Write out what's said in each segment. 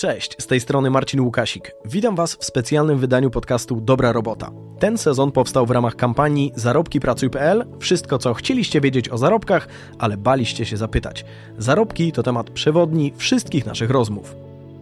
Cześć, z tej strony Marcin Łukasik. Witam Was w specjalnym wydaniu podcastu Dobra Robota. Ten sezon powstał w ramach kampanii zarobkipracuj.pl. Wszystko, co chcieliście wiedzieć o zarobkach, ale baliście się zapytać. Zarobki to temat przewodni wszystkich naszych rozmów.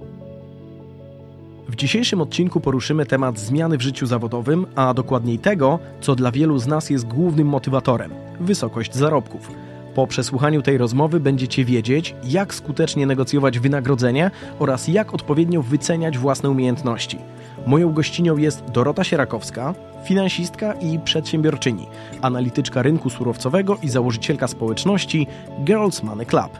W dzisiejszym odcinku poruszymy temat zmiany w życiu zawodowym, a dokładniej tego, co dla wielu z nas jest głównym motywatorem – wysokość zarobków. Po przesłuchaniu tej rozmowy będziecie wiedzieć, jak skutecznie negocjować wynagrodzenie oraz jak odpowiednio wyceniać własne umiejętności. Moją gościnią jest Dorota Sierakowska, finansistka i przedsiębiorczyni, analityczka rynku surowcowego i założycielka społeczności Girls Money Club.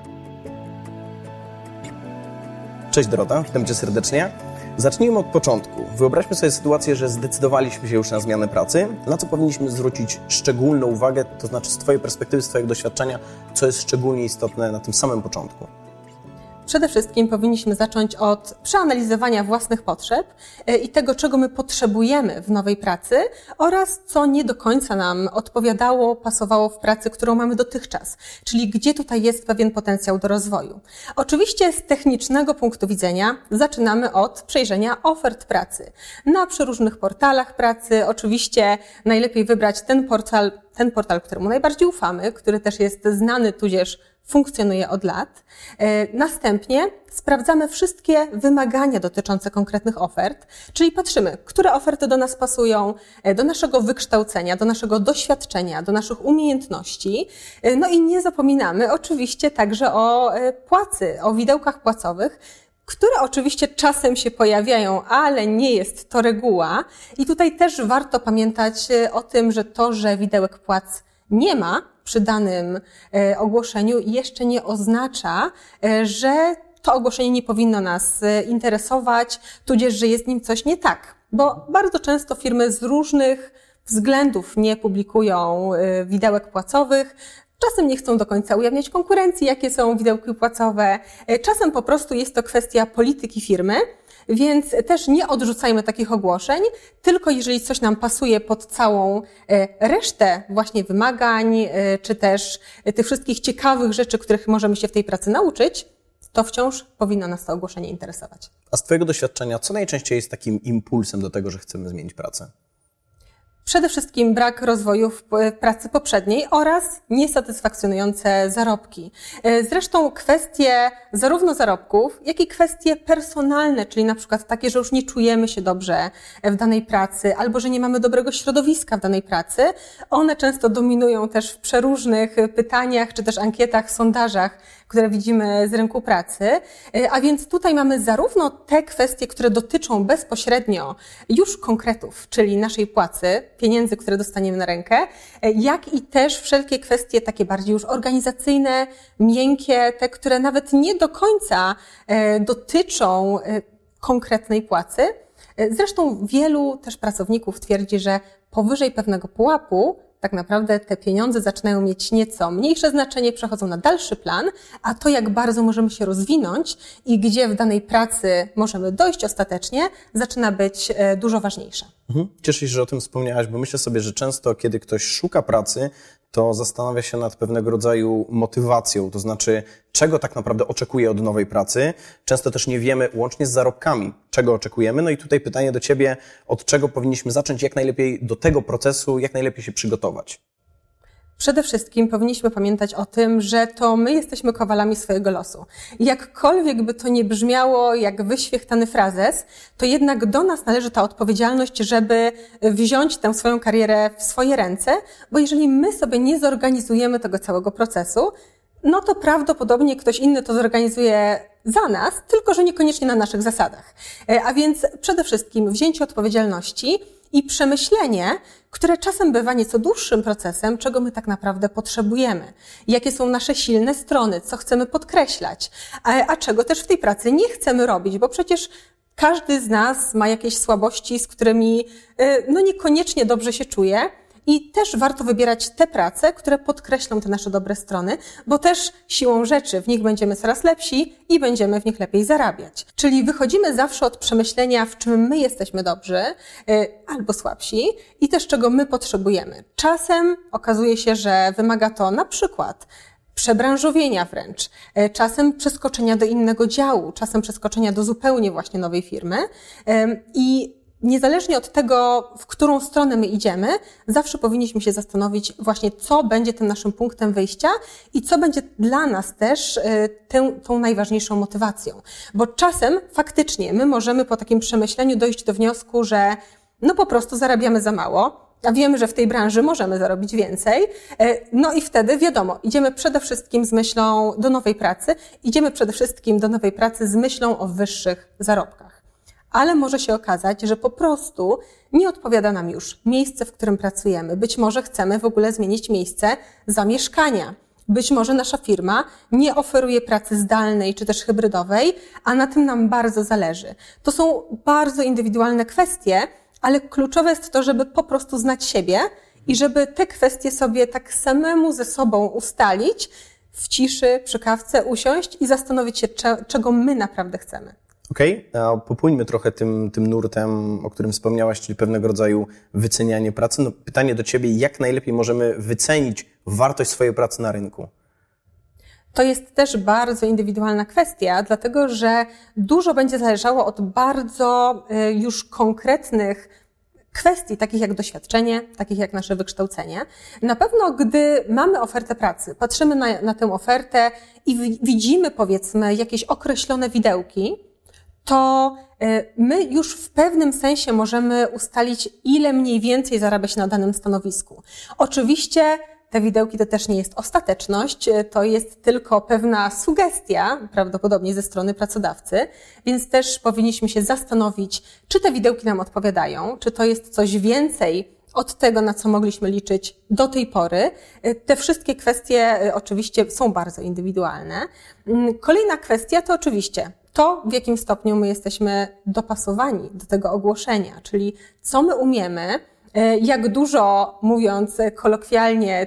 Cześć Dorota, witam Cię serdecznie. Zacznijmy od początku. Wyobraźmy sobie sytuację, że zdecydowaliśmy się już na zmianę pracy, na co powinniśmy zwrócić szczególną uwagę, to znaczy z Twojej perspektywy, z Twojego doświadczenia, co jest szczególnie istotne na tym samym początku. Przede wszystkim powinniśmy zacząć od przeanalizowania własnych potrzeb i tego, czego my potrzebujemy w nowej pracy oraz co nie do końca nam odpowiadało, pasowało w pracy, którą mamy dotychczas, czyli gdzie tutaj jest pewien potencjał do rozwoju. Oczywiście z technicznego punktu widzenia zaczynamy od przejrzenia ofert pracy na przeróżnych portalach pracy. Oczywiście najlepiej wybrać ten portal, któremu najbardziej ufamy, który też jest znany, tudzież funkcjonuje od lat. Następnie sprawdzamy wszystkie wymagania dotyczące konkretnych ofert, czyli patrzymy, które oferty do nas pasują, do naszego wykształcenia, do naszego doświadczenia, do naszych umiejętności. No i nie zapominamy oczywiście także o płacy, o widełkach płacowych, które oczywiście czasem się pojawiają, ale nie jest to reguła. I tutaj też warto pamiętać o tym, że to, że widełek płac nie ma przy danym ogłoszeniu, jeszcze nie oznacza, że to ogłoszenie nie powinno nas interesować, tudzież, że jest nim coś nie tak. Bo bardzo często firmy z różnych względów nie publikują widełek płacowych. Czasem nie chcą do końca ujawniać konkurencji, jakie są widełki płacowe. Czasem po prostu jest to kwestia polityki firmy, więc też nie odrzucajmy takich ogłoszeń, tylko jeżeli coś nam pasuje pod całą resztę właśnie wymagań, czy też tych wszystkich ciekawych rzeczy, których możemy się w tej pracy nauczyć, to wciąż powinno nas to ogłoszenie interesować. A z Twojego doświadczenia, co najczęściej jest takim impulsem do tego, że chcemy zmienić pracę? Przede wszystkim brak rozwoju w pracy poprzedniej oraz niesatysfakcjonujące zarobki. Zresztą kwestie zarówno zarobków, jak i kwestie personalne, czyli na przykład takie, że już nie czujemy się dobrze w danej pracy albo że nie mamy dobrego środowiska w danej pracy, one często dominują też w przeróżnych pytaniach czy też ankietach, sondażach, które widzimy z rynku pracy. A więc tutaj mamy zarówno te kwestie, które dotyczą bezpośrednio już konkretów, czyli naszej płacy, pieniędzy, które dostaniemy na rękę, jak i też wszelkie kwestie takie bardziej już organizacyjne, miękkie, te, które nawet nie do końca dotyczą konkretnej płacy. Zresztą wielu też pracowników twierdzi, że powyżej pewnego pułapu tak naprawdę te pieniądze zaczynają mieć nieco mniejsze znaczenie, przechodzą na dalszy plan, a to, jak bardzo możemy się rozwinąć i gdzie w danej pracy możemy dojść ostatecznie, zaczyna być dużo ważniejsze. Cieszę się, że o tym wspomniałaś, bo myślę sobie, że często, kiedy ktoś szuka pracy, to zastanawia się nad pewnego rodzaju motywacją, to znaczy, czego tak naprawdę oczekuje od nowej pracy. Często też nie wiemy, łącznie z zarobkami, czego oczekujemy. No i tutaj pytanie do Ciebie, od czego powinniśmy zacząć, jak najlepiej do tego procesu, jak najlepiej się przygotować? Przede wszystkim powinniśmy pamiętać o tym, że to my jesteśmy kowalami swojego losu. Jakkolwiek by to nie brzmiało jak wyświechtany frazes, to jednak do nas należy ta odpowiedzialność, żeby wziąć tę swoją karierę w swoje ręce, bo jeżeli my sobie nie zorganizujemy tego całego procesu, no to prawdopodobnie ktoś inny to zorganizuje za nas, tylko że niekoniecznie na naszych zasadach. A więc przede wszystkim wzięcie odpowiedzialności i przemyślenie, które czasem bywa nieco dłuższym procesem, czego my tak naprawdę potrzebujemy. Jakie są nasze silne strony, co chcemy podkreślać, a czego też w tej pracy nie chcemy robić, bo przecież każdy z nas ma jakieś słabości, z którymi no niekoniecznie dobrze się czuje. I też warto wybierać te prace, które podkreślą te nasze dobre strony, bo też siłą rzeczy w nich będziemy coraz lepsi i będziemy w nich lepiej zarabiać. Czyli wychodzimy zawsze od przemyślenia, w czym my jesteśmy dobrzy albo słabsi i też czego my potrzebujemy. Czasem okazuje się, że wymaga to na przykład przebranżowienia wręcz, czasem przeskoczenia do innego działu, czasem przeskoczenia do zupełnie właśnie nowej firmy i niezależnie od tego, w którą stronę my idziemy, zawsze powinniśmy się zastanowić właśnie, co będzie tym naszym punktem wyjścia i co będzie dla nas też tą najważniejszą motywacją. Bo czasem faktycznie my możemy po takim przemyśleniu dojść do wniosku, że no po prostu zarabiamy za mało, a wiemy, że w tej branży możemy zarobić więcej. No i wtedy wiadomo, idziemy przede wszystkim z myślą do nowej pracy, idziemy przede wszystkim do nowej pracy z myślą o wyższych zarobkach. Ale może się okazać, że po prostu nie odpowiada nam już miejsce, w którym pracujemy. Być może chcemy w ogóle zmienić miejsce zamieszkania. Być może nasza firma nie oferuje pracy zdalnej czy też hybrydowej, a na tym nam bardzo zależy. To są bardzo indywidualne kwestie, ale kluczowe jest to, żeby po prostu znać siebie i żeby te kwestie sobie tak samemu ze sobą ustalić, w ciszy, przy kawce usiąść i zastanowić się, czego my naprawdę chcemy. Okej, a popłyńmy trochę tym nurtem, o którym wspomniałaś, czyli pewnego rodzaju wycenianie pracy. No, pytanie do Ciebie, jak najlepiej możemy wycenić wartość swojej pracy na rynku? To jest też bardzo indywidualna kwestia, dlatego że dużo będzie zależało od bardzo już konkretnych kwestii, takich jak doświadczenie, takich jak nasze wykształcenie. Na pewno, gdy mamy ofertę pracy, patrzymy na tę ofertę i widzimy, powiedzmy, jakieś określone widełki, to my już w pewnym sensie możemy ustalić, ile mniej więcej zarabia się na danym stanowisku. Oczywiście te widełki to też nie jest ostateczność, to jest tylko pewna sugestia, prawdopodobnie ze strony pracodawcy, więc też powinniśmy się zastanowić, czy te widełki nam odpowiadają, czy to jest coś więcej od tego, na co mogliśmy liczyć do tej pory. Te wszystkie kwestie oczywiście są bardzo indywidualne. Kolejna kwestia to oczywiście to, w jakim stopniu my jesteśmy dopasowani do tego ogłoszenia, czyli co my umiemy, jak dużo, mówiąc kolokwialnie,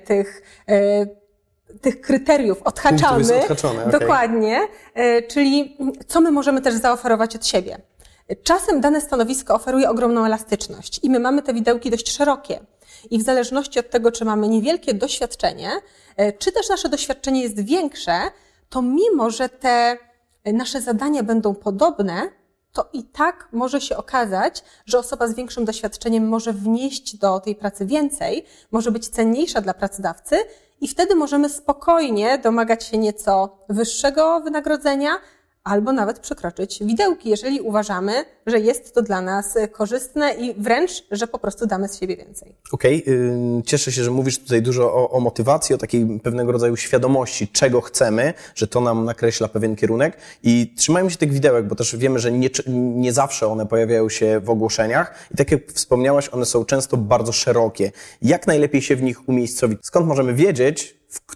tych kryteriów odhaczamy. Dokładnie, czyli co my możemy też zaoferować od siebie. Czasem dane stanowisko oferuje ogromną elastyczność i my mamy te widełki dość szerokie. I w zależności od tego, czy mamy niewielkie doświadczenie, czy też nasze doświadczenie jest większe, to mimo, że te nasze zadania będą podobne, to i tak może się okazać, że osoba z większym doświadczeniem może wnieść do tej pracy więcej, może być cenniejsza dla pracodawcy i wtedy możemy spokojnie domagać się nieco wyższego wynagrodzenia albo nawet przekroczyć widełki, jeżeli uważamy, że jest to dla nas korzystne i wręcz, że po prostu damy z siebie więcej. Okej, cieszę się, że mówisz tutaj dużo o motywacji, o takiej pewnego rodzaju świadomości, czego chcemy, że to nam nakreśla pewien kierunek i trzymajmy się tych widełek, bo też wiemy, że nie zawsze one pojawiają się w ogłoszeniach i tak jak wspomniałaś, one są często bardzo szerokie. Jak najlepiej się w nich umiejscowić? Skąd możemy wiedzieć, w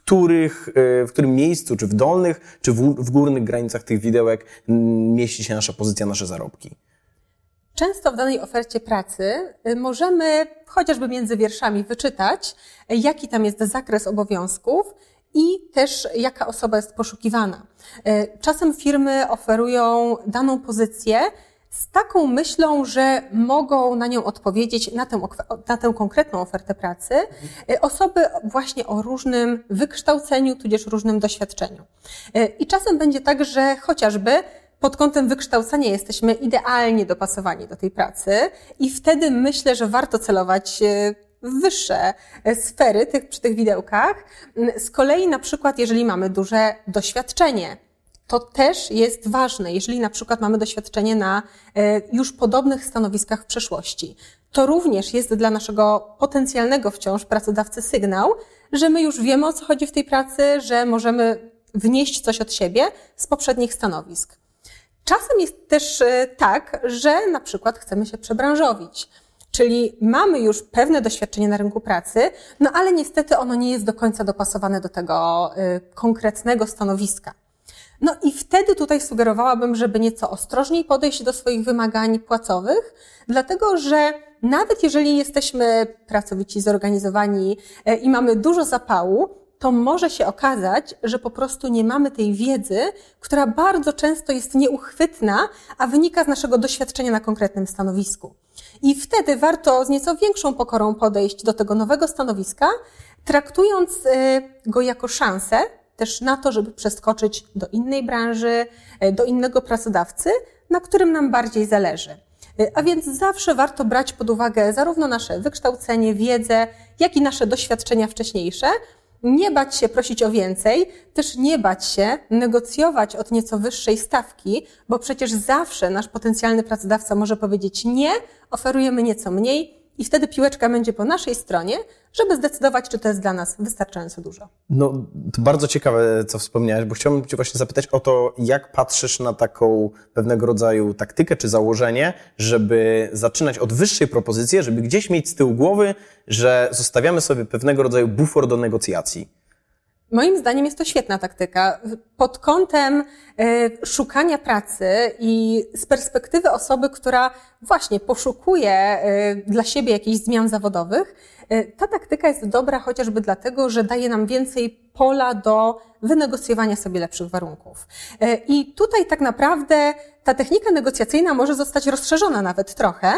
którym miejscu, czy w dolnych, czy w górnych granicach tych widełek mieści się nasza pozycja, nasze zarobki? Często w danej ofercie pracy możemy chociażby między wierszami wyczytać, jaki tam jest zakres obowiązków i też jaka osoba jest poszukiwana. Czasem firmy oferują daną pozycję z taką myślą, że mogą na nią odpowiedzieć, na tę konkretną ofertę pracy, osoby właśnie o różnym wykształceniu, tudzież różnym doświadczeniu. I czasem będzie tak, że chociażby pod kątem wykształcenia jesteśmy idealnie dopasowani do tej pracy i wtedy myślę, że warto celować w wyższe sfery przy tych widełkach. Z kolei na przykład, jeżeli mamy duże doświadczenie, to też jest ważne, jeżeli na przykład mamy doświadczenie na już podobnych stanowiskach w przeszłości. To również jest dla naszego potencjalnego wciąż pracodawcy sygnał, że my już wiemy, o co chodzi w tej pracy, że możemy wnieść coś od siebie z poprzednich stanowisk. Czasem jest też tak, że na przykład chcemy się przebranżowić. Czyli mamy już pewne doświadczenie na rynku pracy, no ale niestety ono nie jest do końca dopasowane do tego konkretnego stanowiska. No i wtedy tutaj sugerowałabym, żeby nieco ostrożniej podejść do swoich wymagań płacowych, dlatego że nawet jeżeli jesteśmy pracowici, zorganizowani i mamy dużo zapału, to może się okazać, że po prostu nie mamy tej wiedzy, która bardzo często jest nieuchwytna, a wynika z naszego doświadczenia na konkretnym stanowisku. I wtedy warto z nieco większą pokorą podejść do tego nowego stanowiska, traktując go jako szansę, też na to, żeby przeskoczyć do innej branży, do innego pracodawcy, na którym nam bardziej zależy. A więc zawsze warto brać pod uwagę zarówno nasze wykształcenie, wiedzę, jak i nasze doświadczenia wcześniejsze. Nie bać się prosić o więcej, też nie bać się negocjować od nieco wyższej stawki, bo przecież zawsze nasz potencjalny pracodawca może powiedzieć nie, oferujemy nieco mniej i wtedy piłeczka będzie po naszej stronie, żeby zdecydować, czy to jest dla nas wystarczająco dużo. No, to bardzo ciekawe, co wspomniałeś, bo chciałbym Cię właśnie zapytać o to, jak patrzysz na taką pewnego rodzaju taktykę czy założenie, żeby zaczynać od wyższej propozycji, żeby gdzieś mieć z tyłu głowy, że zostawiamy sobie pewnego rodzaju bufor do negocjacji. Moim zdaniem jest to świetna taktyka. Pod kątem szukania pracy i z perspektywy osoby, która właśnie poszukuje dla siebie jakichś zmian zawodowych, ta taktyka jest dobra chociażby dlatego, że daje nam więcej pola do wynegocjowania sobie lepszych warunków. I tutaj tak naprawdę ta technika negocjacyjna może zostać rozszerzona nawet trochę,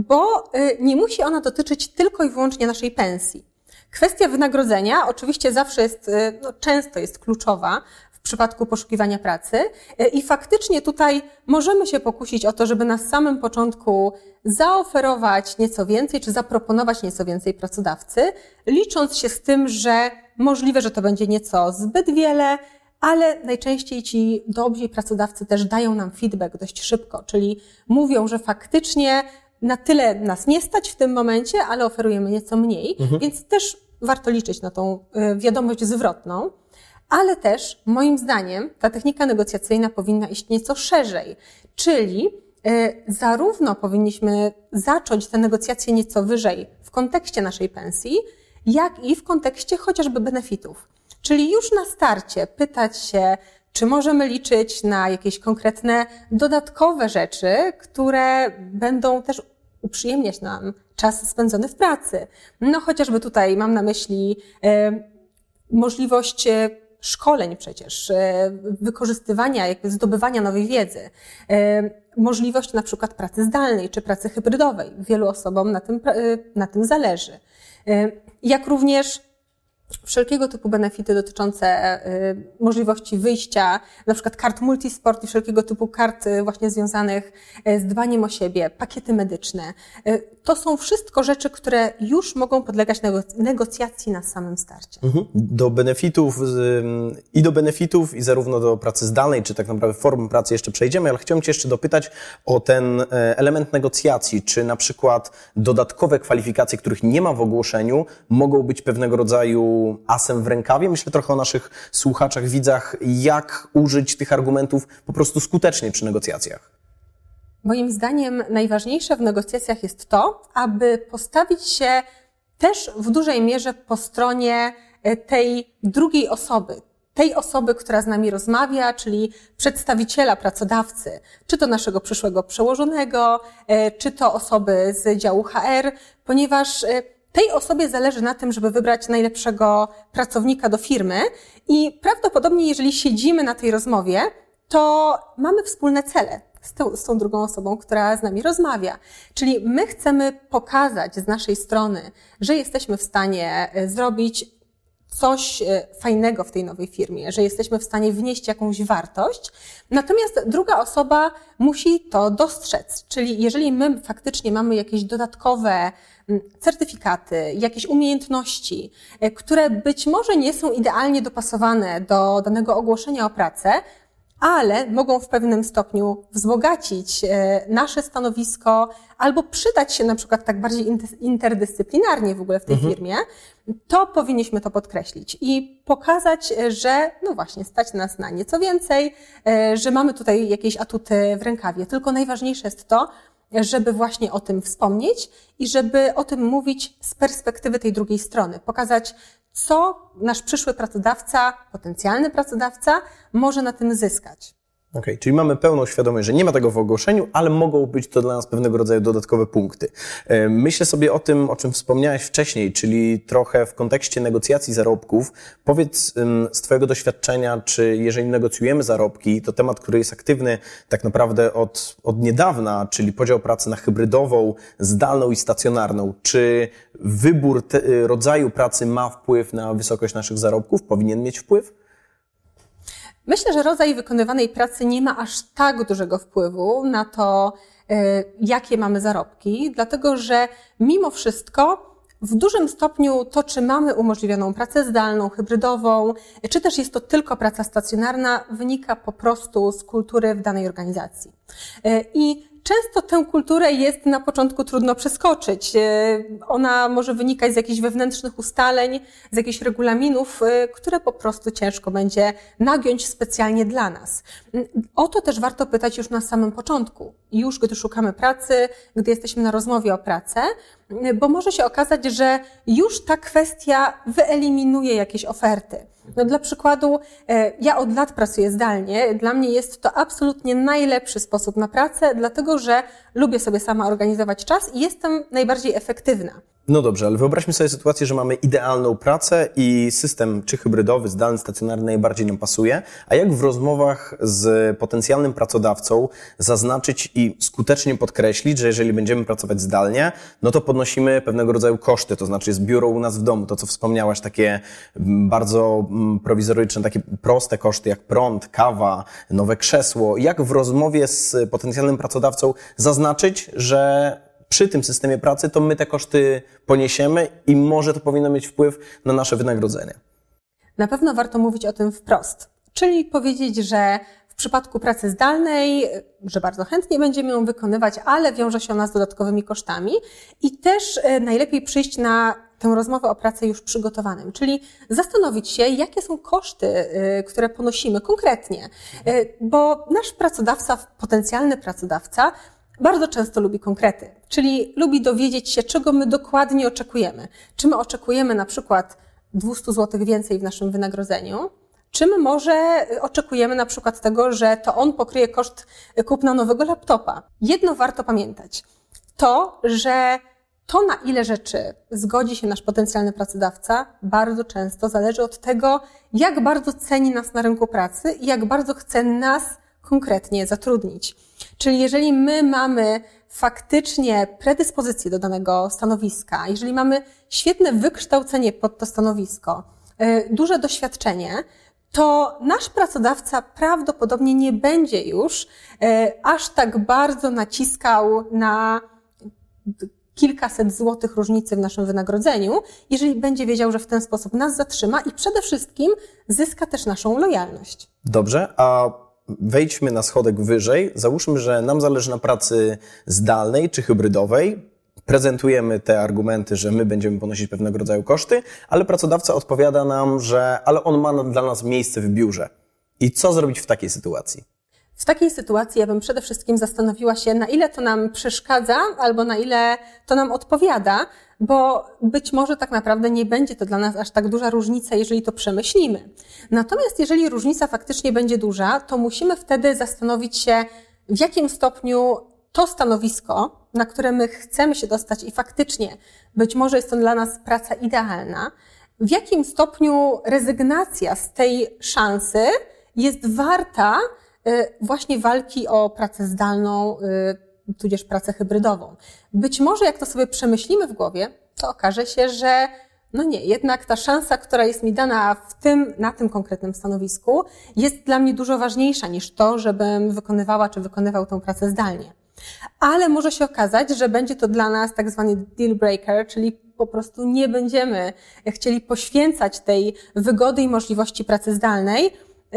bo nie musi ona dotyczyć tylko i wyłącznie naszej pensji. Kwestia wynagrodzenia oczywiście zawsze jest, często jest kluczowa w przypadku poszukiwania pracy i faktycznie tutaj możemy się pokusić o to, żeby na samym początku zaoferować nieco więcej, czy zaproponować nieco więcej pracodawcy, licząc się z tym, że możliwe, że to będzie nieco zbyt wiele, ale najczęściej ci dobrzy pracodawcy też dają nam feedback dość szybko, czyli mówią, że faktycznie na tyle nas nie stać w tym momencie, ale oferujemy nieco mniej, więc też warto liczyć na tą wiadomość zwrotną, ale też moim zdaniem ta technika negocjacyjna powinna iść nieco szerzej, czyli zarówno powinniśmy zacząć te negocjacje nieco wyżej w kontekście naszej pensji, jak i w kontekście chociażby benefitów. Czyli już na starcie pytać się, czy możemy liczyć na jakieś konkretne dodatkowe rzeczy, które będą też uprzyjemniać nam czas spędzony w pracy. No chociażby tutaj mam na myśli możliwość szkoleń przecież, wykorzystywania, jakby zdobywania nowej wiedzy, możliwość na przykład pracy zdalnej czy pracy hybrydowej. Wielu osobom na tym zależy. Jak również wszelkiego typu benefity dotyczące możliwości wyjścia, na przykład kart multisport i wszelkiego typu kart właśnie związanych z dbaniem o siebie, pakiety medyczne. To są wszystko rzeczy, które już mogą podlegać negocjacji na samym starcie. Do benefitów i zarówno do pracy zdalnej, czy tak naprawdę form pracy jeszcze przejdziemy, ale chciałem Cię jeszcze dopytać o ten element negocjacji. Czy na przykład dodatkowe kwalifikacje, których nie ma w ogłoszeniu, mogą być pewnego rodzaju asem w rękawie? Myślę trochę o naszych słuchaczach, widzach, jak użyć tych argumentów po prostu skutecznie przy negocjacjach. Moim zdaniem najważniejsze w negocjacjach jest to, aby postawić się też w dużej mierze po stronie tej drugiej osoby, tej osoby, która z nami rozmawia, czyli przedstawiciela pracodawcy, czy to naszego przyszłego przełożonego, czy to osoby z działu HR, ponieważ tej osobie zależy na tym, żeby wybrać najlepszego pracownika do firmy i prawdopodobnie, jeżeli siedzimy na tej rozmowie, to mamy wspólne cele z tą drugą osobą, która z nami rozmawia. Czyli my chcemy pokazać z naszej strony, że jesteśmy w stanie zrobić coś fajnego w tej nowej firmie, że jesteśmy w stanie wnieść jakąś wartość, natomiast druga osoba musi to dostrzec. Czyli jeżeli my faktycznie mamy jakieś dodatkowe certyfikaty, jakieś umiejętności, które być może nie są idealnie dopasowane do danego ogłoszenia o pracę, ale mogą w pewnym stopniu wzbogacić nasze stanowisko albo przydać się na przykład tak bardziej interdyscyplinarnie w ogóle w tej firmie, to powinniśmy to podkreślić i pokazać, że no właśnie stać nas na nieco więcej, że mamy tutaj jakieś atuty w rękawie. Tylko najważniejsze jest to, żeby właśnie o tym wspomnieć i żeby o tym mówić z perspektywy tej drugiej strony. Pokazać, co nasz przyszły pracodawca, potencjalny pracodawca może na tym zyskać. Okej, czyli mamy pełną świadomość, że nie ma tego w ogłoszeniu, ale mogą być to dla nas pewnego rodzaju dodatkowe punkty. Myślę sobie o tym, o czym wspomniałeś wcześniej, czyli trochę w kontekście negocjacji zarobków. Powiedz z Twojego doświadczenia, czy jeżeli negocjujemy zarobki, to temat, który jest aktywny tak naprawdę od niedawna, czyli podział pracy na hybrydową, zdalną i stacjonarną, czy wybór rodzaju pracy ma wpływ na wysokość naszych zarobków? Powinien mieć wpływ? Myślę, że rodzaj wykonywanej pracy nie ma aż tak dużego wpływu na to, jakie mamy zarobki, dlatego że mimo wszystko w dużym stopniu to, czy mamy umożliwioną pracę zdalną, hybrydową, czy też jest to tylko praca stacjonarna, wynika po prostu z kultury w danej organizacji. I często tę kulturę jest na początku trudno przeskoczyć. Ona może wynikać z jakichś wewnętrznych ustaleń, z jakichś regulaminów, które po prostu ciężko będzie nagiąć specjalnie dla nas. O to też warto pytać już na samym początku, już gdy szukamy pracy, gdy jesteśmy na rozmowie o pracę, bo może się okazać, że już ta kwestia wyeliminuje jakieś oferty. No, dla przykładu, ja od lat pracuję zdalnie. Dla mnie jest to absolutnie najlepszy sposób na pracę, dlatego że lubię sobie sama organizować czas i jestem najbardziej efektywna. No dobrze, ale wyobraźmy sobie sytuację, że mamy idealną pracę i system czy hybrydowy, zdalny, stacjonarny najbardziej nam pasuje, a jak w rozmowach z potencjalnym pracodawcą zaznaczyć i skutecznie podkreślić, że jeżeli będziemy pracować zdalnie, no to podnosimy pewnego rodzaju koszty, to znaczy jest biuro u nas w domu, to co wspomniałaś, takie bardzo prowizoryczne, takie proste koszty jak prąd, kawa, nowe krzesło. Jak w rozmowie z potencjalnym pracodawcą zaznaczyć, że przy tym systemie pracy to my te koszty poniesiemy i może to powinno mieć wpływ na nasze wynagrodzenie? Na pewno warto mówić o tym wprost, czyli powiedzieć, że w przypadku pracy zdalnej, że bardzo chętnie będziemy ją wykonywać, ale wiąże się ona z dodatkowymi kosztami i też najlepiej przyjść na tę rozmowę o pracę już przygotowanym, czyli zastanowić się, jakie są koszty, które ponosimy konkretnie, bo nasz pracodawca, potencjalny pracodawca, bardzo często lubi konkrety, czyli lubi dowiedzieć się, czego my dokładnie oczekujemy. Czy my oczekujemy na przykład 200 zł więcej w naszym wynagrodzeniu, czy my może oczekujemy na przykład tego, że to on pokryje koszt kupna nowego laptopa. Jedno warto pamiętać, to, że to, na ile rzeczy zgodzi się nasz potencjalny pracodawca, bardzo często zależy od tego, jak bardzo ceni nas na rynku pracy i jak bardzo chce nas konkretnie zatrudnić. Czyli jeżeli my mamy faktycznie predyspozycję do danego stanowiska, jeżeli mamy świetne wykształcenie pod to stanowisko, duże doświadczenie, to nasz pracodawca prawdopodobnie nie będzie już aż tak bardzo naciskał na kilkaset złotych różnicy w naszym wynagrodzeniu, jeżeli będzie wiedział, że w ten sposób nas zatrzyma i przede wszystkim zyska też naszą lojalność. Dobrze, a wejdźmy na schodek wyżej. Załóżmy, że nam zależy na pracy zdalnej czy hybrydowej. Prezentujemy te argumenty, że my będziemy ponosić pewnego rodzaju koszty, ale pracodawca odpowiada nam, że ale on ma dla nas miejsce w biurze. I co zrobić w takiej sytuacji? W takiej sytuacji ja bym przede wszystkim zastanowiła się, na ile to nam przeszkadza albo na ile to nam odpowiada, bo być może tak naprawdę nie będzie to dla nas aż tak duża różnica, jeżeli to przemyślimy. Natomiast jeżeli różnica faktycznie będzie duża, to musimy wtedy zastanowić się, w jakim stopniu to stanowisko, na które my chcemy się dostać i faktycznie być może jest to dla nas praca idealna, w jakim stopniu rezygnacja z tej szansy jest warta właśnie walki o pracę zdalną, tudzież pracę hybrydową. Być może jak to sobie przemyślimy w głowie, to okaże się, że no nie, jednak ta szansa, która jest mi dana na tym konkretnym stanowisku, jest dla mnie dużo ważniejsza niż to, żebym wykonywała czy wykonywał tę pracę zdalnie. Ale może się okazać, że będzie to dla nas tak zwany deal breaker, czyli po prostu nie będziemy chcieli poświęcać tej wygody i możliwości pracy zdalnej,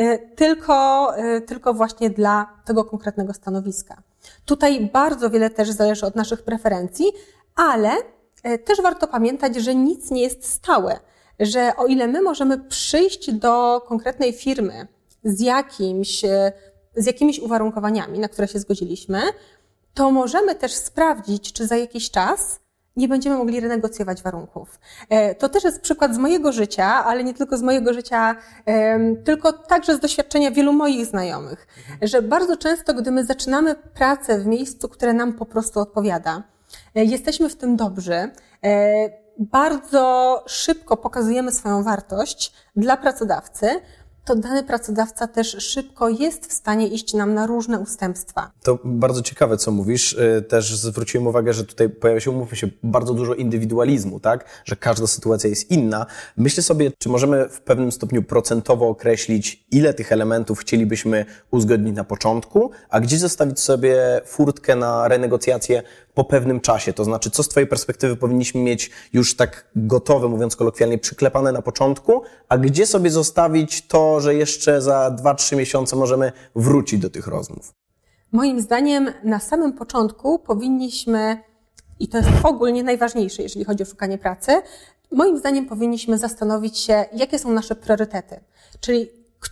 tylko właśnie dla tego konkretnego stanowiska. Tutaj bardzo wiele też zależy od naszych preferencji, ale też warto pamiętać, że nic nie jest stałe, że o ile my możemy przyjść do konkretnej firmy z jakimiś uwarunkowaniami, na które się zgodziliśmy, to możemy też sprawdzić, czy za jakiś czas nie będziemy mogli renegocjować warunków. To też jest przykład z mojego życia, ale nie tylko z mojego życia, tylko także z doświadczenia wielu moich znajomych, że bardzo często, gdy my zaczynamy pracę w miejscu, które nam po prostu odpowiada, jesteśmy w tym dobrzy, bardzo szybko pokazujemy swoją wartość dla pracodawcy, to dany pracodawca też szybko jest w stanie iść nam na różne ustępstwa. To bardzo ciekawe, co mówisz. Też zwróciłem uwagę, że tutaj pojawia się, umówmy się, bardzo dużo indywidualizmu, tak? Że każda sytuacja jest inna. Myślę sobie, czy możemy w pewnym stopniu procentowo określić, ile tych elementów chcielibyśmy uzgodnić na początku, a gdzie zostawić sobie furtkę na renegocjacje po pewnym czasie. To znaczy, co z Twojej perspektywy powinniśmy mieć już tak gotowe, mówiąc kolokwialnie, przyklepane na początku, a gdzie sobie zostawić to, że jeszcze za 2-3 miesiące możemy wrócić do tych rozmów? Moim zdaniem na samym początku powinniśmy, i to jest ogólnie najważniejsze, jeżeli chodzi o szukanie pracy, moim zdaniem powinniśmy zastanowić się, jakie są nasze priorytety. Czyli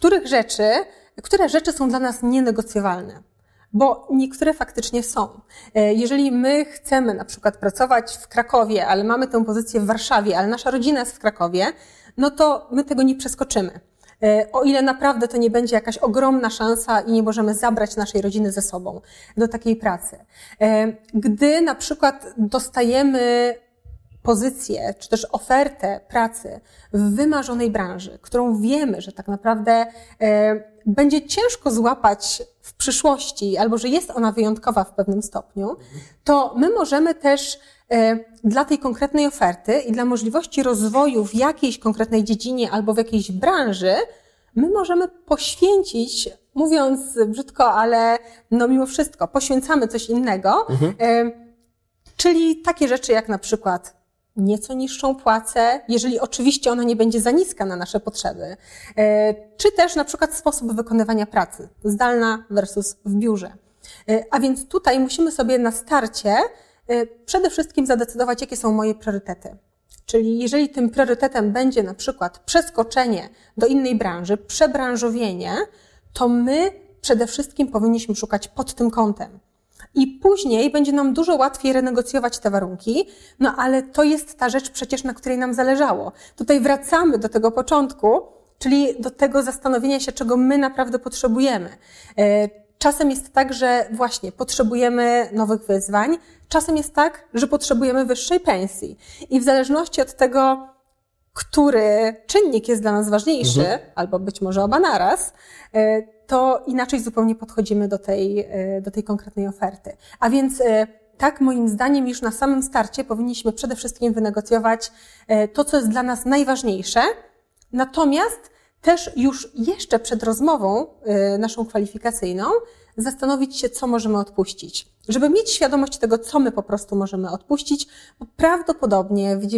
które rzeczy są dla nas nienegocjowalne. Bo niektóre faktycznie są. Jeżeli my chcemy na przykład pracować w Krakowie, ale mamy tę pozycję w Warszawie, ale nasza rodzina jest w Krakowie, no to my tego nie przeskoczymy. O ile naprawdę to nie będzie jakaś ogromna szansa i nie możemy zabrać naszej rodziny ze sobą do takiej pracy. Gdy na przykład dostajemy pozycję, czy też ofertę pracy w wymarzonej branży, którą wiemy, że tak naprawdę będzie ciężko złapać w przyszłości, albo że jest ona wyjątkowa w pewnym stopniu, to my możemy też dla tej konkretnej oferty i dla możliwości rozwoju w jakiejś konkretnej dziedzinie albo w jakiejś branży, my możemy poświęcić, mówiąc brzydko, ale no mimo wszystko, poświęcamy coś innego, czyli takie rzeczy jak na przykład nieco niższą płacę, jeżeli oczywiście ona nie będzie za niska na nasze potrzeby, czy też na przykład sposób wykonywania pracy, zdalna versus w biurze. A więc tutaj musimy sobie na starcie przede wszystkim zadecydować, jakie są moje priorytety. Czyli jeżeli tym priorytetem będzie na przykład przeskoczenie do innej branży, przebranżowienie, to my przede wszystkim powinniśmy szukać pod tym kątem. I później będzie nam dużo łatwiej renegocjować te warunki, no ale to jest ta rzecz przecież, na której nam zależało. Tutaj wracamy do tego początku, czyli do tego zastanowienia się, czego my naprawdę potrzebujemy. Czasem jest tak, że właśnie potrzebujemy nowych wyzwań, czasem jest tak, że potrzebujemy wyższej pensji. I w zależności od tego, który czynnik jest dla nas ważniejszy, albo być może oba naraz, to inaczej zupełnie podchodzimy do tej konkretnej oferty. A więc tak, moim zdaniem już na samym starcie powinniśmy przede wszystkim wynegocjować to, co jest dla nas najważniejsze, natomiast też już jeszcze przed rozmową naszą kwalifikacyjną zastanowić się, co możemy odpuścić. Żeby mieć świadomość tego, co my po prostu możemy odpuścić, bo prawdopodobnie w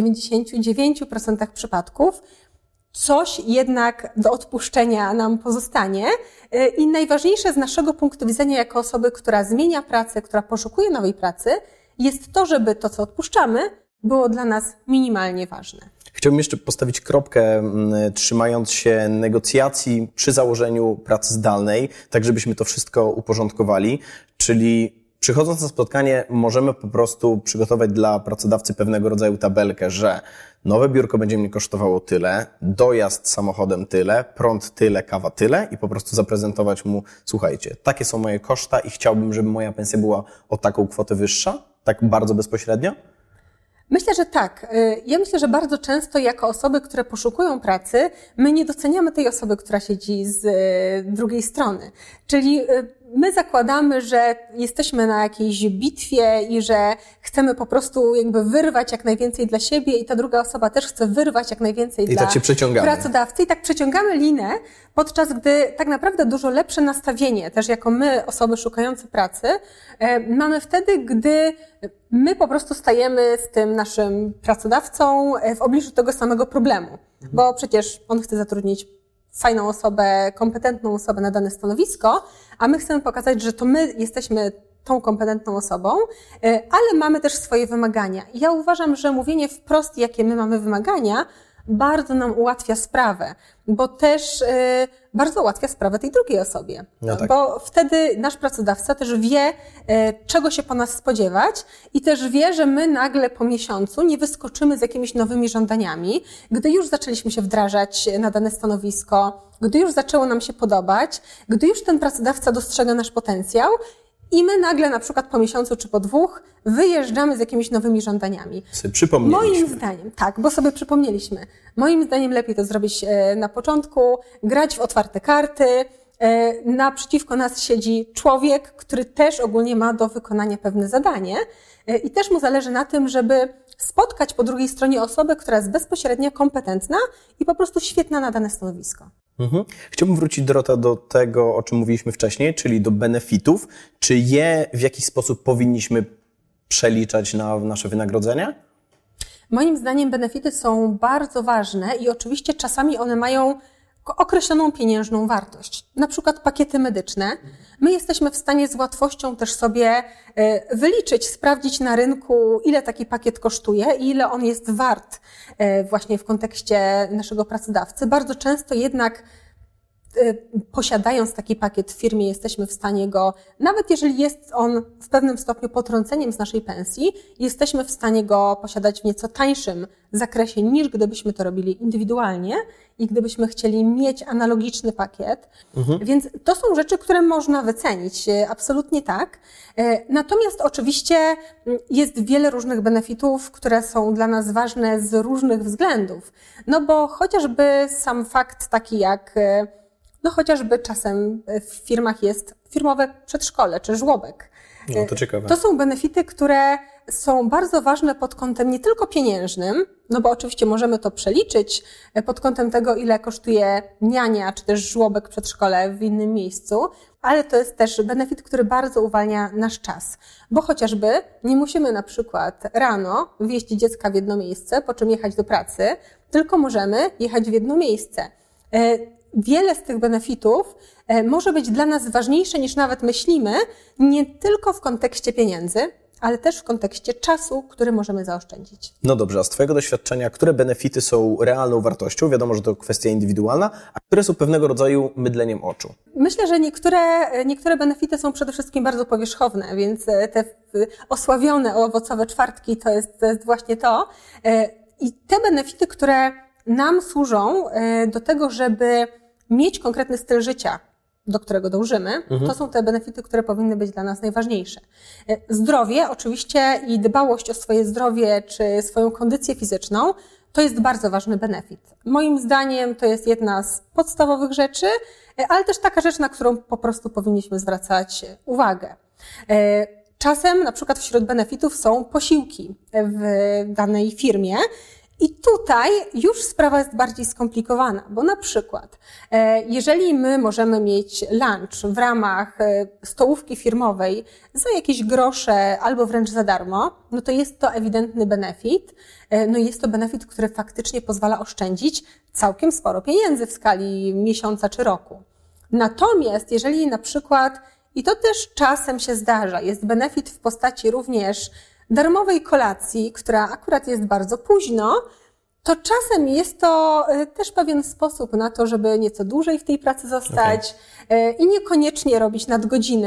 99% przypadków coś jednak do odpuszczenia nam pozostanie i najważniejsze z naszego punktu widzenia jako osoby, która zmienia pracę, która poszukuje nowej pracy, jest to, żeby to, co odpuszczamy, było dla nas minimalnie ważne. Chciałbym jeszcze postawić kropkę, trzymając się negocjacji przy założeniu pracy zdalnej, tak żebyśmy to wszystko uporządkowali, czyli przychodząc na spotkanie możemy po prostu przygotować dla pracodawcy pewnego rodzaju tabelkę, że nowe biurko będzie mnie kosztowało tyle, dojazd samochodem tyle, prąd tyle, kawa tyle i po prostu zaprezentować mu, słuchajcie, takie są moje koszta i chciałbym, żeby moja pensja była o taką kwotę wyższa, tak bardzo bezpośrednio? Myślę, że tak. Ja myślę, że bardzo często jako osoby, które poszukują pracy, my nie doceniamy tej osoby, która siedzi z drugiej strony. Czyli my zakładamy, że jesteśmy na jakiejś bitwie i że chcemy po prostu jakby wyrwać jak najwięcej dla siebie i ta druga osoba też chce wyrwać jak najwięcej dla pracodawcy. I tak przeciągamy linę, podczas gdy tak naprawdę dużo lepsze nastawienie, też jako my, osoby szukające pracy, mamy wtedy, gdy my po prostu stajemy z tym naszym pracodawcą w obliczu tego samego problemu. Bo przecież on chce zatrudnić fajną osobę, kompetentną osobę na dane stanowisko, a my chcemy pokazać, że to my jesteśmy tą kompetentną osobą, ale mamy też swoje wymagania. I ja uważam, że mówienie wprost, jakie my mamy wymagania, bardzo nam ułatwia sprawę, bo też bardzo ułatwia sprawę tej drugiej osobie. No tak. Bo wtedy nasz pracodawca też wie, czego się po nas spodziewać i też wie, że my nagle po miesiącu nie wyskoczymy z jakimiś nowymi żądaniami, gdy już zaczęliśmy się wdrażać na dane stanowisko, gdy już zaczęło nam się podobać, gdy już ten pracodawca dostrzega nasz potencjał I my nagle na przykład po miesiącu czy po 2 wyjeżdżamy z jakimiś nowymi żądaniami. Sobie przypomnieliśmy. Moim zdaniem, tak, bo sobie przypomnieliśmy. Moim zdaniem lepiej to zrobić na początku, grać w otwarte karty. Naprzeciwko nas siedzi człowiek, który też ogólnie ma do wykonania pewne zadanie i też mu zależy na tym, żeby spotkać po drugiej stronie osobę, która jest bezpośrednio kompetentna i po prostu świetna na dane stanowisko. Chciałbym wrócić, Dorota, do tego, o czym mówiliśmy wcześniej, czyli do benefitów. Czy je w jakiś sposób powinniśmy przeliczać na nasze wynagrodzenie? Moim zdaniem benefity są bardzo ważne i oczywiście czasami one mają określoną pieniężną wartość. Na przykład pakiety medyczne. My jesteśmy w stanie z łatwością też sobie wyliczyć, sprawdzić na rynku, ile taki pakiet kosztuje i ile on jest wart właśnie w kontekście naszego pracodawcy. Bardzo często jednak posiadając taki pakiet w firmie, jesteśmy w stanie go, nawet jeżeli jest on w pewnym stopniu potrąceniem z naszej pensji, jesteśmy w stanie go posiadać w nieco tańszym zakresie niż gdybyśmy to robili indywidualnie i gdybyśmy chcieli mieć analogiczny pakiet. Więc to są rzeczy, które można wycenić, absolutnie tak. Natomiast oczywiście jest wiele różnych benefitów, które są dla nas ważne z różnych względów. No bo chociażby sam fakt taki jak chociażby czasem w firmach jest firmowe przedszkole czy żłobek. No, to ciekawe. To są benefity, które są bardzo ważne pod kątem nie tylko pieniężnym, no bo oczywiście możemy to przeliczyć pod kątem tego, ile kosztuje niania czy też żłobek przedszkole w innym miejscu, ale to jest też benefit, który bardzo uwalnia nasz czas, bo chociażby nie musimy na przykład rano wieźć dziecka w jedno miejsce, po czym jechać do pracy, tylko możemy jechać w jedno miejsce. Wiele z tych benefitów może być dla nas ważniejsze niż nawet myślimy, nie tylko w kontekście pieniędzy, ale też w kontekście czasu, który możemy zaoszczędzić. No dobrze, a z Twojego doświadczenia, które benefity są realną wartością? Wiadomo, że to kwestia indywidualna, a które są pewnego rodzaju mydleniem oczu? Myślę, że niektóre benefity są przede wszystkim bardzo powierzchowne, więc te osławione owocowe czwartki to jest właśnie to. I te benefity, które nam służą do tego, żeby mieć konkretny styl życia, do którego dążymy, to są te benefity, które powinny być dla nas najważniejsze. Zdrowie oczywiście i dbałość o swoje zdrowie czy swoją kondycję fizyczną to jest bardzo ważny benefit. Moim zdaniem to jest jedna z podstawowych rzeczy, ale też taka rzecz, na którą po prostu powinniśmy zwracać uwagę. Czasem na przykład wśród benefitów są posiłki w danej firmie. I tutaj już sprawa jest bardziej skomplikowana, bo na przykład jeżeli my możemy mieć lunch w ramach stołówki firmowej za jakieś grosze albo wręcz za darmo, no to jest to ewidentny benefit. No i jest to benefit, który faktycznie pozwala oszczędzić całkiem sporo pieniędzy w skali miesiąca czy roku. Natomiast jeżeli na przykład, i to też czasem się zdarza, jest benefit w postaci również darmowej kolacji, która akurat jest bardzo późno, to czasem jest to też pewien sposób na to, żeby nieco dłużej w tej pracy zostać i niekoniecznie robić nadgodziny.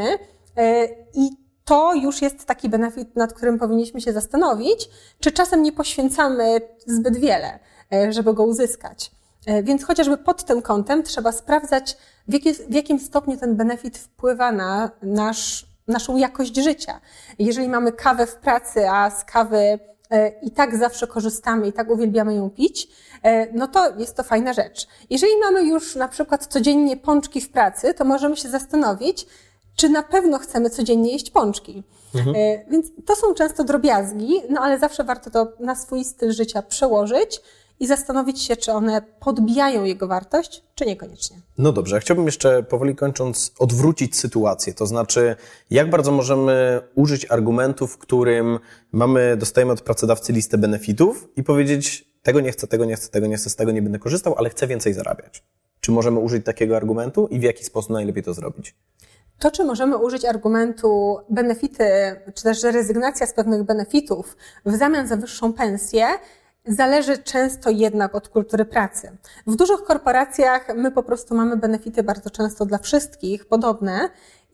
I to już jest taki benefit, nad którym powinniśmy się zastanowić, czy czasem nie poświęcamy zbyt wiele, żeby go uzyskać. Więc chociażby pod tym kątem trzeba sprawdzać, w jakim stopniu ten benefit wpływa na naszą jakość życia. Jeżeli mamy kawę w pracy, a z kawy i tak zawsze korzystamy i tak uwielbiamy ją pić, no to jest to fajna rzecz. Jeżeli mamy już na przykład codziennie pączki w pracy, to możemy się zastanowić, czy na pewno chcemy codziennie jeść pączki. Więc to są często drobiazgi, no ale zawsze warto to na swój styl życia przełożyć i zastanowić się, czy one podbijają jego wartość, czy niekoniecznie. No dobrze, chciałbym jeszcze powoli kończąc odwrócić sytuację, to znaczy jak bardzo możemy użyć argumentu, w którym dostajemy od pracodawcy listę benefitów i powiedzieć tego nie chcę, tego nie chcę, tego nie chcę, z tego nie będę korzystał, ale chcę więcej zarabiać. Czy możemy użyć takiego argumentu i w jaki sposób najlepiej to zrobić? To, czy możemy użyć argumentu benefity, czy też rezygnacja z pewnych benefitów w zamian za wyższą pensję, zależy często jednak od kultury pracy. W dużych korporacjach my po prostu mamy benefity bardzo często dla wszystkich podobne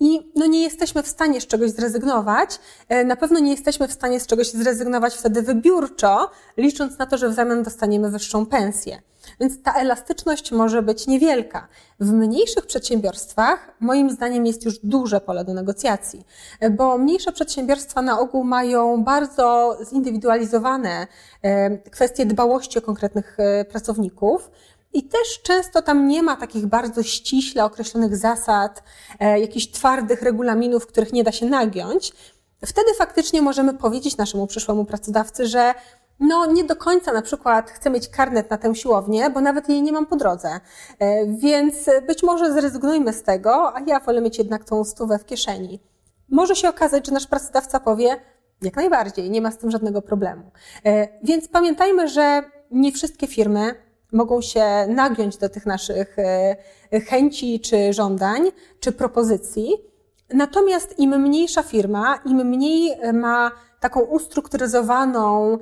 i nie jesteśmy w stanie z czegoś zrezygnować. Na pewno nie jesteśmy w stanie z czegoś zrezygnować wtedy wybiórczo, licząc na to, że w zamian dostaniemy wyższą pensję. Więc ta elastyczność może być niewielka. W mniejszych przedsiębiorstwach moim zdaniem jest już duże pole do negocjacji, bo mniejsze przedsiębiorstwa na ogół mają bardzo zindywidualizowane kwestie dbałości o konkretnych pracowników i też często tam nie ma takich bardzo ściśle określonych zasad, jakichś twardych regulaminów, których nie da się nagiąć. Wtedy faktycznie możemy powiedzieć naszemu przyszłemu pracodawcy, że nie do końca na przykład chcę mieć karnet na tę siłownię, bo nawet jej nie mam po drodze. Więc być może zrezygnujmy z tego, a ja wolę mieć jednak tą 100 w kieszeni. Może się okazać, że nasz pracodawca powie, jak najbardziej, nie ma z tym żadnego problemu. Więc pamiętajmy, że nie wszystkie firmy mogą się nagiąć do tych naszych chęci, czy żądań, czy propozycji. Natomiast im mniejsza firma, im mniej ma taką ustrukturyzowaną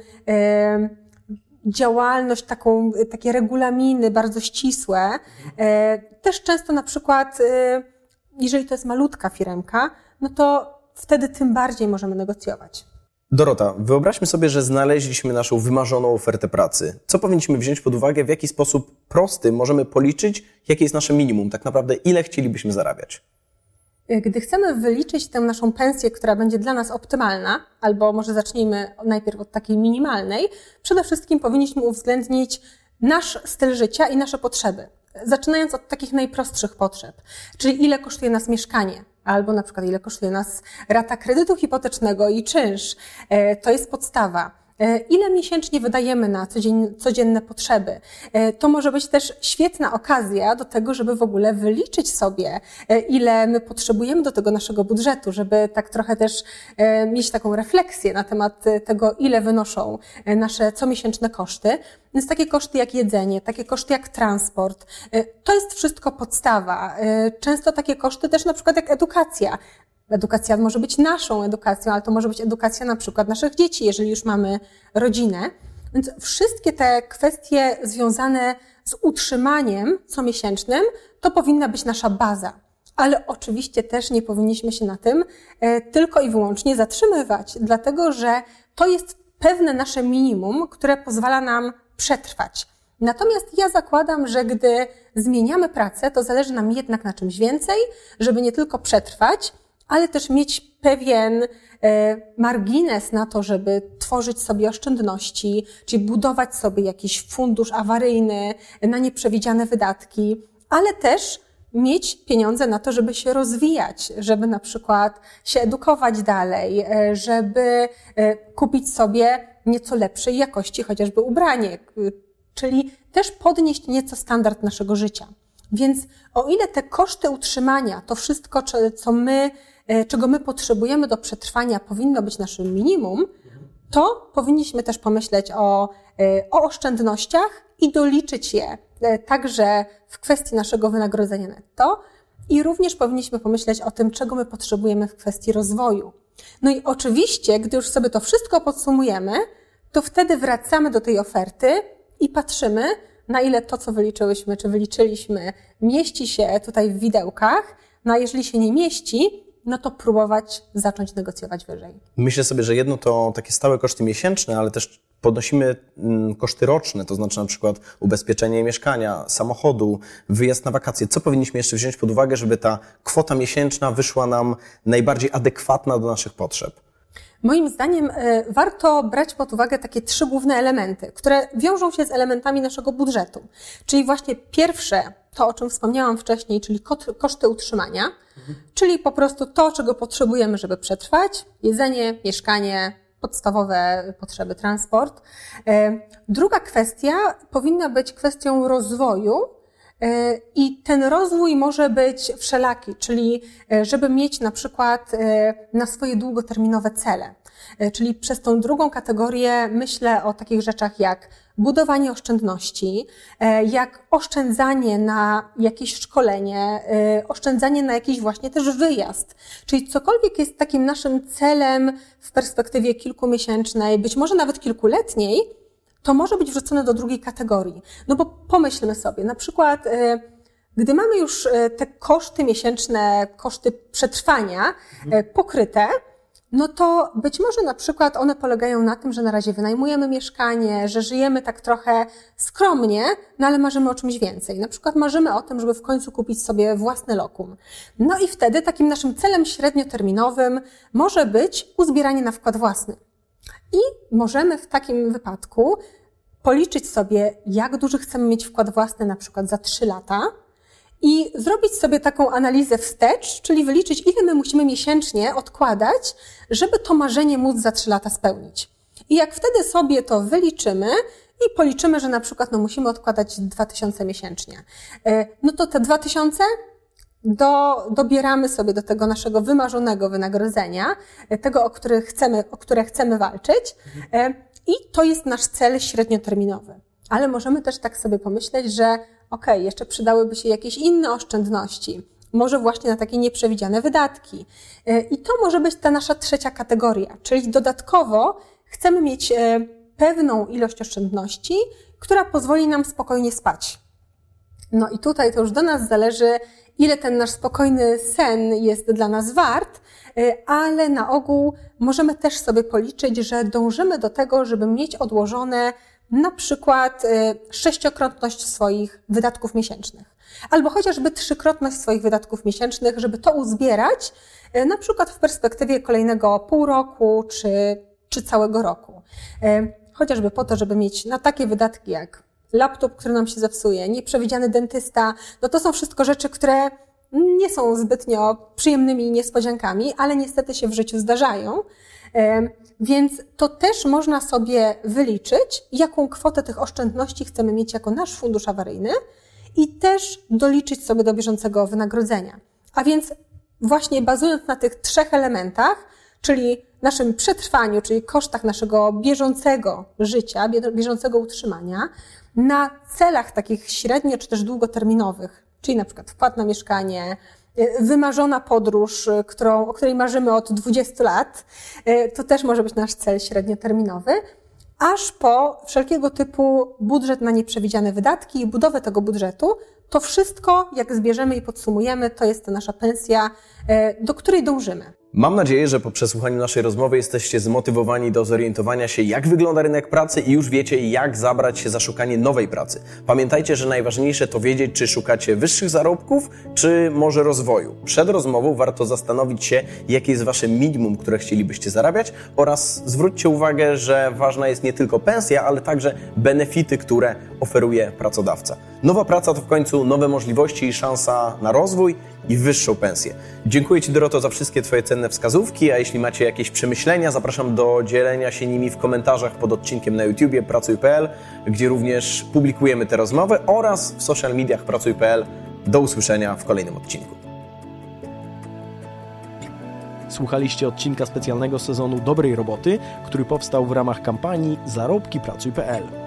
działalność, takie regulaminy bardzo ścisłe. Też często na przykład, jeżeli to jest malutka firemka, to wtedy tym bardziej możemy negocjować. Dorota, wyobraźmy sobie, że znaleźliśmy naszą wymarzoną ofertę pracy. Co powinniśmy wziąć pod uwagę, w jaki sposób prosty możemy policzyć, jakie jest nasze minimum, tak naprawdę ile chcielibyśmy zarabiać? Gdy chcemy wyliczyć tę naszą pensję, która będzie dla nas optymalna, albo może zacznijmy najpierw od takiej minimalnej, przede wszystkim powinniśmy uwzględnić nasz styl życia i nasze potrzeby. Zaczynając od takich najprostszych potrzeb, czyli ile kosztuje nas mieszkanie, albo na przykład ile kosztuje nas rata kredytu hipotecznego i czynsz. To jest podstawa. Ile miesięcznie wydajemy na codzienne potrzeby. To może być też świetna okazja do tego, żeby w ogóle wyliczyć sobie, ile my potrzebujemy do tego naszego budżetu, żeby tak trochę też mieć taką refleksję na temat tego, ile wynoszą nasze comiesięczne koszty. Więc takie koszty jak jedzenie, takie koszty jak transport, to jest wszystko podstawa. Często takie koszty też na przykład jak edukacja. Edukacja może być naszą edukacją, ale to może być edukacja na przykład naszych dzieci, jeżeli już mamy rodzinę. Więc wszystkie te kwestie związane z utrzymaniem comiesięcznym, to powinna być nasza baza. Ale oczywiście też nie powinniśmy się na tym tylko i wyłącznie zatrzymywać, dlatego że to jest pewne nasze minimum, które pozwala nam przetrwać. Natomiast ja zakładam, że gdy zmieniamy pracę, to zależy nam jednak na czymś więcej, żeby nie tylko przetrwać, ale też mieć pewien margines na to, żeby tworzyć sobie oszczędności, czyli budować sobie jakiś fundusz awaryjny na nieprzewidziane wydatki, ale też mieć pieniądze na to, żeby się rozwijać, żeby na przykład się edukować dalej, żeby kupić sobie nieco lepszej jakości chociażby ubranie, czyli też podnieść nieco standard naszego życia. Więc o ile te koszty utrzymania, to wszystko, czego my potrzebujemy do przetrwania, powinno być naszym minimum, to powinniśmy też pomyśleć o oszczędnościach i doliczyć je także w kwestii naszego wynagrodzenia netto i również powinniśmy pomyśleć o tym, czego my potrzebujemy w kwestii rozwoju. No i oczywiście, gdy już sobie to wszystko podsumujemy, to wtedy wracamy do tej oferty i patrzymy, na ile to, co wyliczyłyśmy, czy wyliczyliśmy, mieści się tutaj w widełkach, a jeżeli się nie mieści, to próbować zacząć negocjować wyżej. Myślę sobie, że jedno to takie stałe koszty miesięczne, ale też podnosimy koszty roczne, to znaczy na przykład ubezpieczenie mieszkania, samochodu, wyjazd na wakacje. Co powinniśmy jeszcze wziąć pod uwagę, żeby ta kwota miesięczna wyszła nam najbardziej adekwatna do naszych potrzeb? Moim zdaniem warto brać pod uwagę takie 3 główne elementy, które wiążą się z elementami naszego budżetu. Czyli właśnie pierwsze, to o czym wspomniałam wcześniej, czyli koszty utrzymania, czyli po prostu to, czego potrzebujemy, żeby przetrwać, jedzenie, mieszkanie, podstawowe potrzeby, transport. Druga kwestia powinna być kwestią rozwoju, i ten rozwój może być wszelaki, czyli żeby mieć na przykład na swoje długoterminowe cele. Czyli przez tą drugą kategorię myślę o takich rzeczach jak budowanie oszczędności, jak oszczędzanie na jakieś szkolenie, oszczędzanie na jakiś właśnie też wyjazd. Czyli cokolwiek jest takim naszym celem w perspektywie kilkumiesięcznej, być może nawet kilkuletniej, to może być wrzucone do drugiej kategorii. No bo pomyślmy sobie, na przykład Gdy mamy już te koszty miesięczne, koszty przetrwania pokryte, no to być może na przykład one polegają na tym, że na razie wynajmujemy mieszkanie, że żyjemy tak trochę skromnie, no ale marzymy o czymś więcej. Na przykład marzymy o tym, żeby w końcu kupić sobie własne lokum. No i wtedy takim naszym celem średnioterminowym może być uzbieranie na wkład własny. I możemy w takim wypadku policzyć sobie, jak duży chcemy mieć wkład własny na przykład za 3 lata, i zrobić sobie taką analizę wstecz, czyli wyliczyć, ile my musimy miesięcznie odkładać, żeby to marzenie móc za 3 lata spełnić. I jak wtedy sobie to wyliczymy i policzymy, że na przykład musimy odkładać 2000 miesięcznie, no to te 2000 dobieramy sobie do tego naszego wymarzonego wynagrodzenia, tego, o które chcemy walczyć, i to jest nasz cel średnioterminowy. Ale możemy też tak sobie pomyśleć, że jeszcze przydałyby się jakieś inne oszczędności, może właśnie na takie nieprzewidziane wydatki. I to może być ta nasza trzecia kategoria, czyli dodatkowo chcemy mieć pewną ilość oszczędności, która pozwoli nam spokojnie spać. No i tutaj to już do nas zależy, ile ten nasz spokojny sen jest dla nas wart, ale na ogół możemy też sobie policzyć, że dążymy do tego, żeby mieć odłożone na przykład 6-krotność swoich wydatków miesięcznych. Albo chociażby 3-krotność swoich wydatków miesięcznych, żeby to uzbierać na przykład w perspektywie kolejnego pół roku czy całego roku. Chociażby po to, żeby mieć na takie wydatki jak laptop, który nam się zepsuje, nieprzewidziany dentysta, no to są wszystko rzeczy, które nie są zbytnio przyjemnymi niespodziankami, ale niestety się w życiu zdarzają. Więc to też można sobie wyliczyć, jaką kwotę tych oszczędności chcemy mieć jako nasz fundusz awaryjny i też doliczyć sobie do bieżącego wynagrodzenia. A więc właśnie bazując na tych 3 elementach, czyli naszym przetrwaniu, czyli kosztach naszego bieżącego życia, bieżącego utrzymania, na celach takich średnio czy też długoterminowych, czyli na przykład wkład na mieszkanie, wymarzona podróż, o której marzymy od 20 lat, to też może być nasz cel średnioterminowy, aż po wszelkiego typu budżet na nieprzewidziane wydatki i budowę tego budżetu. To wszystko, jak zbierzemy i podsumujemy, to jest ta nasza pensja, do której dążymy. Mam nadzieję, że po przesłuchaniu naszej rozmowy jesteście zmotywowani do zorientowania się, jak wygląda rynek pracy i już wiecie, jak zabrać się za szukanie nowej pracy. Pamiętajcie, że najważniejsze to wiedzieć, czy szukacie wyższych zarobków, czy może rozwoju. Przed rozmową warto zastanowić się, jakie jest wasze minimum, które chcielibyście zarabiać, oraz zwróćcie uwagę, że ważna jest nie tylko pensja, ale także benefity, które oferuje pracodawca. Nowa praca to w końcu nowe możliwości i szansa na rozwój i wyższą pensję. Dziękuję Ci, Doroto, za wszystkie Twoje cenne wskazówki, a jeśli macie jakieś przemyślenia, zapraszam do dzielenia się nimi w komentarzach pod odcinkiem na YouTubie pracuj.pl, gdzie również publikujemy te rozmowy, oraz w social mediach pracuj.pl. Do usłyszenia w kolejnym odcinku. Słuchaliście odcinka specjalnego sezonu Dobrej Roboty, który powstał w ramach kampanii Zarobki Pracuj.pl.